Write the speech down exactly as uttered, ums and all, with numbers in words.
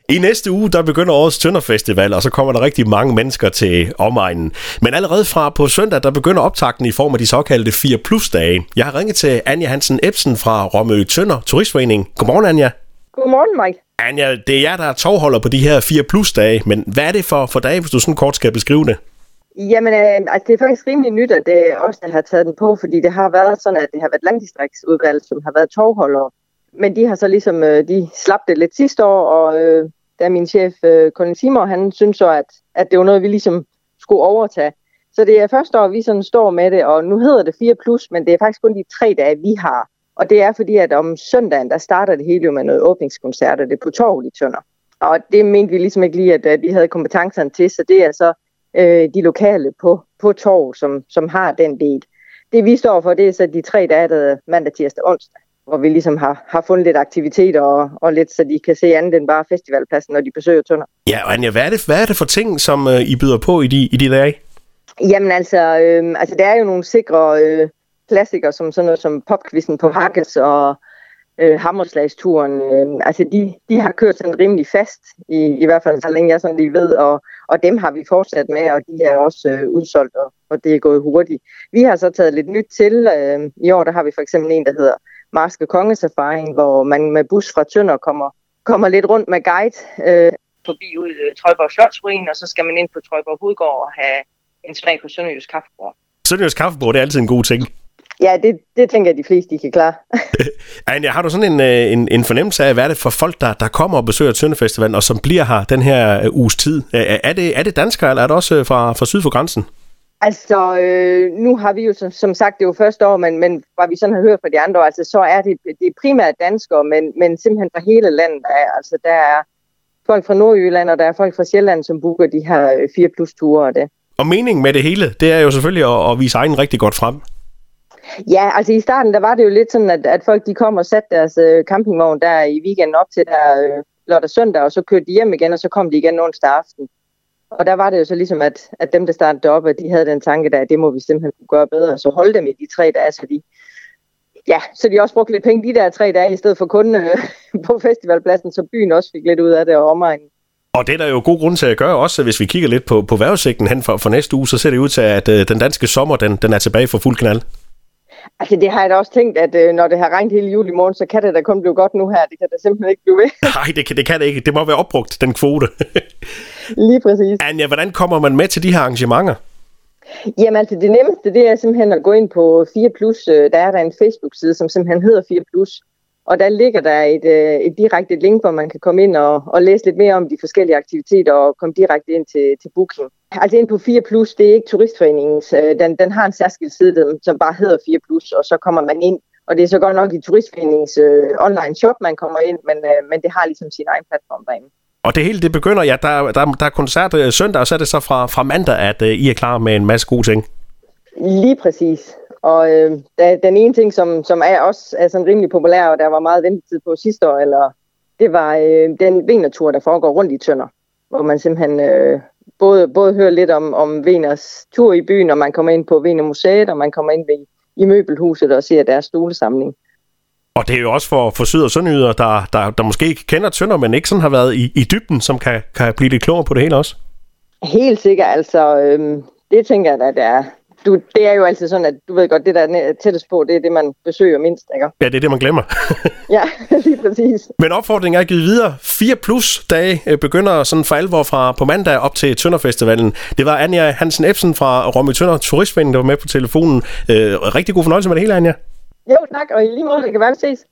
I næste uge, der begynder årets Tønderfestival, og så kommer der rigtig mange mennesker til omegnen. Men allerede fra på søndag, der begynder optakten i form af de såkaldte fire plus dage. Jeg har ringet til Anja Hansen Ebsen fra Romø Tønder Turistforening. Godmorgen, Anja. Godmorgen, Mike. Anja, det er jer, der er tovholder på de her fire plus dage, men hvad er det for, for dage, hvis du sådan kort skal beskrive det? Jamen, øh, altså, det er faktisk rimelig nyt, at det også har taget den på, fordi det har været sådan, at det har været landdistriktsudvalg, som har været tovholdere. Men de har så ligesom, øh, de slap det lidt sidste år, og øh, der min chef, øh, Colin Simmer, han synes så, at, at det var noget, vi ligesom skulle overtage. Så det er første år, vi sådan står med det, og nu hedder det fire plus, men det er faktisk kun de tre dage, vi har. Og det er fordi, at om søndagen, der starter det hele jo med noget åbningskoncert, og det er på torvet i Tønder. Og det mente vi ligesom ikke lige, at, at vi havde kompetencerne til, så det er så øh, de lokale på, på torv, som, som har den del. Det vi står for, det er så de tre dage, der er mandag, tirsdag, onsdag, hvor vi ligesom har, har fundet lidt aktiviteter og, og lidt, så de kan se andet end bare festivalpladsen, når de besøger Tønder. Ja, og Anja, hvad er det, hvad er det for ting, som øh, I byder på i de, i de dage? Jamen altså, øh, altså, det er jo nogle sikre øh, klassikere, som sådan noget som popquizzen på Hakkes og øh, Hammerslagsturen. Øh, altså, de, de har kørt sådan rimelig fast, i, i hvert fald så længe jeg sådan lige ved, og, og dem har vi fortsat med, og de er også øh, udsolgt, og, og det er gået hurtigt. Vi har så taget lidt nyt til. Øh, I år, der har vi for eksempel en, der hedder Marske Kongesafari, hvor man med bus fra Tønder kommer, kommer lidt rundt med guide øh, forbi ud i Trøjborg Slotsruin, og så skal man ind på Trøjborg Hovedgård og have en smag på Sønderjysk Kaffebord. Sønderjysk Kaffebord, det er altid en god ting. Ja, det, det tænker jeg, de fleste de kan klare. Anja, har du sådan en, en, en fornemmelse af, hvad er det for folk, der, der kommer og besøger Tønderfestivalen, og som bliver her den her uges tid? Er, er, det, er det danskere, eller er det også fra, fra syd for grænsen? Altså, øh, nu har vi jo som, som sagt, det er jo første år, men, men hvad vi sådan har hørt fra de andre år, altså, så er det, det er primært danskere, men, men simpelthen fra hele landet. Altså, der er folk fra Nordjylland, og der er folk fra Sjælland, som booker de her fire plus ture og det. Og meningen med det hele, det er jo selvfølgelig at, at vise egen rigtig godt frem. Ja, altså i starten, der var det jo lidt sådan, at, at folk de kom og satte deres øh, campingvogn der i weekenden op til der øh, lørdag søndag, og så kørte de hjem igen, og så kom de igen onsdag aften. Og der var det jo så ligesom, at, at dem, der startede op, at de havde den tanke der, at det må vi simpelthen gøre bedre, så holde dem i de tre dage, så de, ja, så de også brugte lidt penge de der tre dage, i stedet for kun øh, på festivalpladsen, så byen også fik lidt ud af det og omegnen. Og det er der jo god grund til at gøre også, hvis vi kigger lidt på, på vejrudsigten hen for, for næste uge, så ser det ud til, at øh, den danske sommer, den, den er tilbage for fuld knald. Altså det har jeg da også tænkt, at øh, når det har regnet hele juli morgen, så kan det da kun blive godt nu her. Det kan da simpelthen ikke blive ved. Nej, det kan, det kan det ikke. Det må være opbrugt, den kvote. Lige præcis. Anja, hvordan kommer man med til de her arrangementer? Jamen altså det nemmeste, det er simpelthen at gå ind på fire plus. Der er der en Facebook-side, som simpelthen hedder fire plus. Og der ligger der et, et direkte link, hvor man kan komme ind og, og læse lidt mere om de forskellige aktiviteter og komme direkte ind til, til booking. Altså ind på fire plus, det er ikke Turistforeningens. Den, den har en særskilt side, som bare hedder fire plus, og så kommer man ind. Og det er så godt nok i Turistforeningens øh, online shop, man kommer ind, men, øh, men det har ligesom sin egen platform derinde. Og det hele, det begynder, ja, der, der, der er koncert øh, søndag, og så er det så fra, fra mandag, at øh, I er klar med en masse gode ting. Lige præcis. Og øh, der, den ene ting, som, som er også er sådan rimelig populær, og der var meget ventetid på sidste år, eller, det var øh, den Venertur, der foregår rundt i Tønder, hvor man simpelthen øh, både, både hører lidt om, om Veners tur i byen, og man kommer ind på Vener Museet, og man kommer ind ved, i Møbelhuset og ser deres stolesamling. Og det er jo også for, for syd- og sønderjyder, der, der, der måske ikke kender Tønder, men ikke sådan har været i, i dybden, som kan, kan blive lidt klogere på det hele også. Helt sikkert, altså øh, det tænker jeg, at det er. Du, det er jo altid sådan, at du ved godt, det der er tættest på, det er det, man besøger mindst, ikke? Ja, det er det, man glemmer. Ja, lige præcis. Men opfordringen er givet videre. fire plus dage begynder sådan for alvor fra på mandag op til Tønderfestivalen. Det var Anja Hansen Ebsen fra Romø Tønder Turistforening, der var med på telefonen. Øh, rigtig god fornøjelse med det hele, Anja. Jo, tak, og i lige måde, det kan være, vi ses.